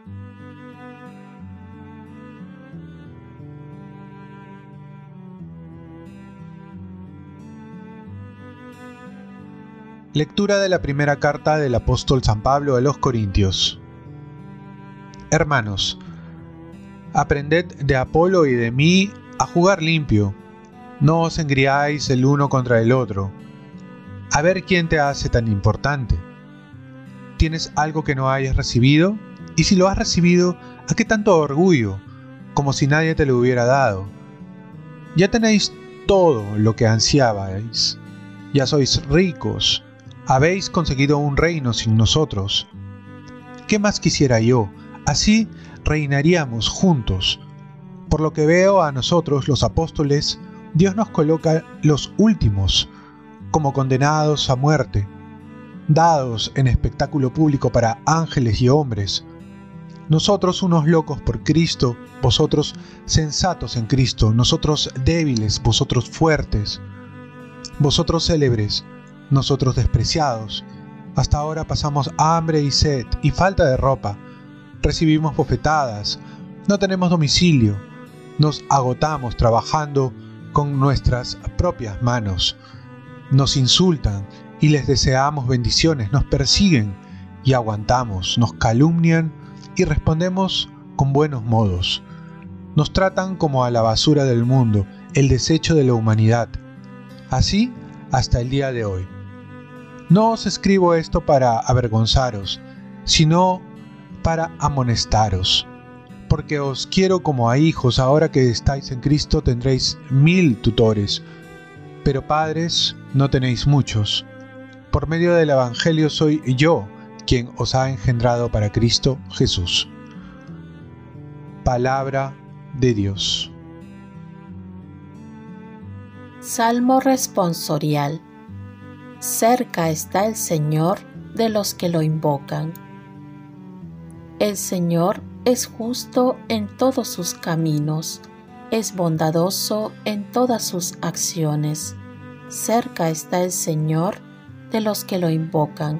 Lectura de la primera carta del apóstol San Pablo a los Corintios. Hermanos, aprended de Apolo y de mí a jugar limpio. No os engriáis el uno contra el otro. A ver quién te hace tan importante. ¿Tienes algo que no hayas recibido? Y si lo has recibido, ¿a qué tanto orgullo? Como si nadie te lo hubiera dado. Ya tenéis todo lo que ansiabais. Ya sois ricos. Habéis conseguido un reino sin nosotros. ¿Qué más quisiera yo? Así reinaríamos juntos. Por lo que veo a nosotros, los apóstoles, Dios nos coloca los últimos, como condenados a muerte, dados en espectáculo público para ángeles y hombres. Nosotros unos locos por Cristo, vosotros sensatos en Cristo, nosotros débiles, vosotros fuertes, vosotros célebres, nosotros despreciados. Hasta ahora pasamos hambre y sed y falta de ropa, recibimos bofetadas, no tenemos domicilio, nos agotamos trabajando con nuestras propias manos, nos insultan y les deseamos bendiciones, nos persiguen y aguantamos, nos calumnian y respondemos con buenos modos. Nos tratan como a la basura del mundo, el desecho de la humanidad. Así hasta el día de hoy. No os escribo esto para avergonzaros, sino para amonestaros, porque os quiero como a hijos. Ahora que estáis en Cristo tendréis 1000 tutores, pero padres no tenéis muchos. Por medio del Evangelio soy yo quien os ha engendrado para Cristo Jesús. Palabra de Dios. Salmo responsorial. Cerca está el Señor de los que lo invocan. El Señor es justo en todos sus caminos, es bondadoso en todas sus acciones. Cerca está el Señor de los que lo invocan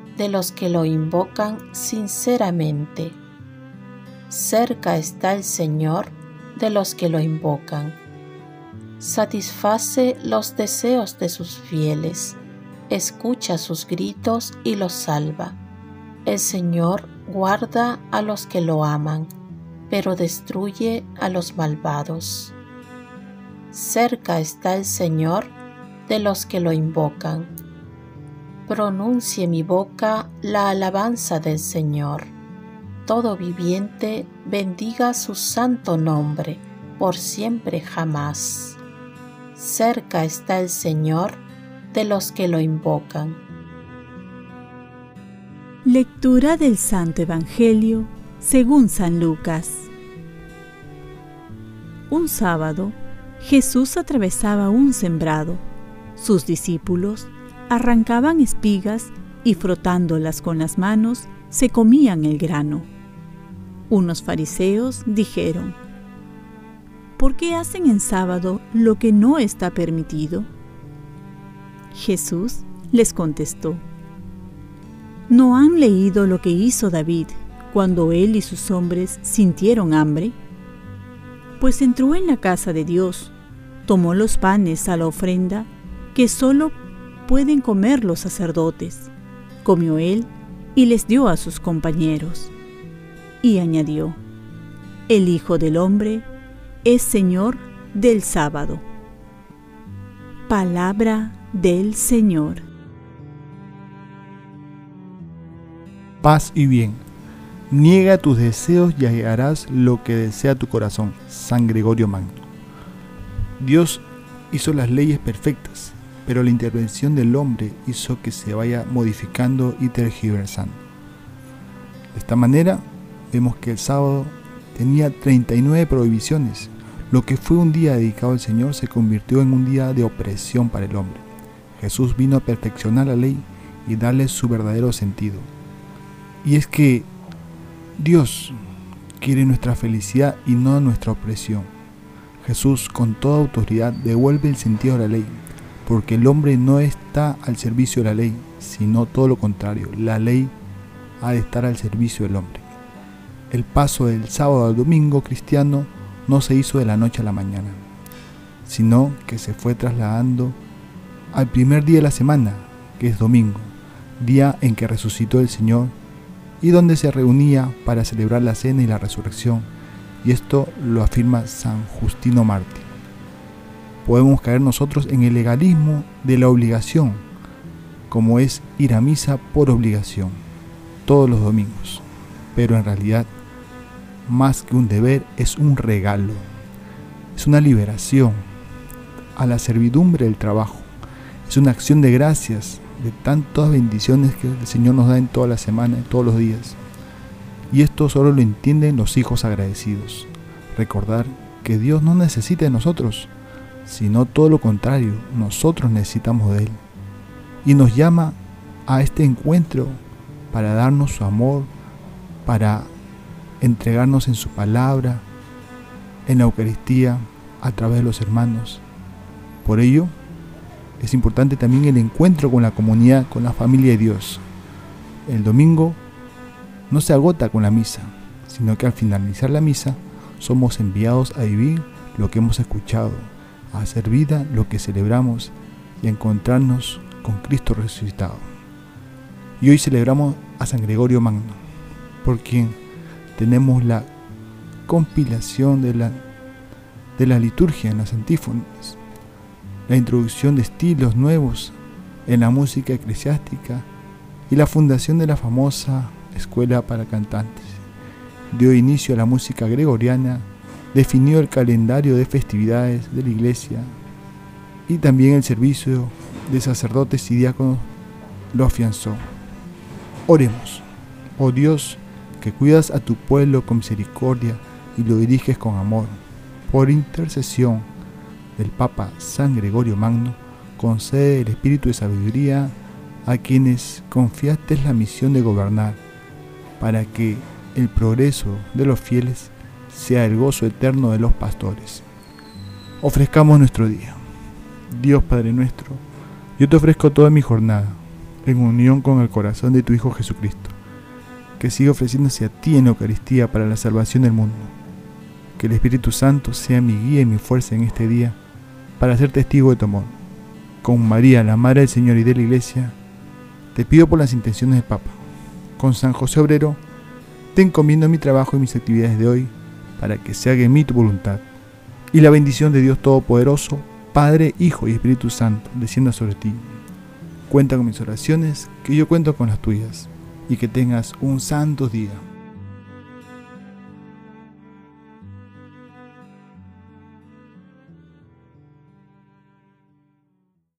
sinceramente. Cerca está el Señor de los que lo invocan. Satisface los deseos de sus fieles, escucha sus gritos y los salva. El Señor guarda a los que lo aman, pero destruye a los malvados. Cerca está el Señor de los que lo invocan. Pronuncie mi boca la alabanza del Señor. Todo viviente bendiga su santo nombre, por siempre jamás. Cerca está el Señor de los que lo invocan. Lectura del Santo Evangelio según San Lucas. Un sábado, Jesús atravesaba un sembrado. Sus discípulos arrancaban espigas y frotándolas con las manos, se comían el grano. Unos fariseos dijeron: ¿por qué hacen en sábado lo que no está permitido? Jesús les contestó: ¿no han leído lo que hizo David cuando él y sus hombres sintieron hambre? Pues entró en la casa de Dios, tomó los panes a la ofrenda que solo pueden comer los sacerdotes, comió él y les dio a sus compañeros. Y añadió: el Hijo del Hombre es Señor del sábado. Palabra del Señor. Paz y bien. Niega tus deseos y hallarás lo que desea tu corazón. San Gregorio Magno. Dios hizo las leyes perfectas, pero la intervención del hombre hizo que se vaya modificando y tergiversando. De esta manera, vemos que el sábado tenía 39 prohibiciones. Lo que fue un día dedicado al Señor se convirtió en un día de opresión para el hombre. Jesús vino a perfeccionar la ley y darle su verdadero sentido. Y es que Dios quiere nuestra felicidad y no nuestra opresión. Jesús con toda autoridad devuelve el sentido de la ley, porque el hombre no está al servicio de la ley, sino todo lo contrario. La ley ha de estar al servicio del hombre. el paso del sábado al domingo cristiano no se hizo de la noche a la mañana, sino que se fue trasladando al primer día de la semana, que es domingo, día en que resucitó el Señor y donde se reunía para celebrar la cena y la resurrección, y esto lo afirma San Justino Mártir. Podemos caer nosotros en el legalismo de la obligación, como es ir a misa por obligación, todos los domingos, pero en realidad, más que un deber, es un regalo, es una liberación a la servidumbre del trabajo, es una acción de gracias de tantas bendiciones que el Señor nos da en toda la semana, en todos los días. Y esto solo lo entienden los hijos agradecidos. Recordar que Dios no necesita de nosotros, sino todo lo contrario, nosotros necesitamos de Él. Y nos llama a este encuentro para darnos su amor, para entregarnos en su palabra, en la Eucaristía, a través de los hermanos. Por ello, es importante también el encuentro con la comunidad, con la familia de Dios. El domingo no se agota con la misa, sino que al finalizar la misa somos enviados a vivir lo que hemos escuchado, a hacer vida lo que celebramos y a encontrarnos con Cristo resucitado. Y hoy celebramos a San Gregorio Magno, por quien tenemos la compilación de la liturgia en las antífonas, la introducción de estilos nuevos en la música eclesiástica y la fundación de la famosa Escuela para Cantantes. Dio inicio a la música gregoriana, definió el calendario de festividades de la Iglesia y también el servicio de sacerdotes y diáconos lo afianzó. Oremos. Oh Dios, que cuidas a tu pueblo con misericordia y lo diriges con amor, por intercesión del Papa San Gregorio Magno, concede el espíritu de sabiduría a quienes confiaste la misión de gobernar, para que el progreso de los fieles sea el gozo eterno de los pastores. Ofrezcamos nuestro día. Dios Padre nuestro, yo te ofrezco toda mi jornada, en unión con el corazón de tu Hijo Jesucristo, que siga ofreciéndose a ti en la Eucaristía para la salvación del mundo. Que el Espíritu Santo sea mi guía y mi fuerza en este día, para ser testigo de tu amor. Con María, la Madre del Señor y de la Iglesia, te pido por las intenciones del Papa. Con San José Obrero, te encomiendo mi trabajo y mis actividades de hoy, para que se haga en mí tu voluntad. Y la bendición de Dios Todopoderoso, Padre, Hijo y Espíritu Santo, descienda sobre ti. Cuenta con mis oraciones, que yo cuento con las tuyas, y que tengas un santo día.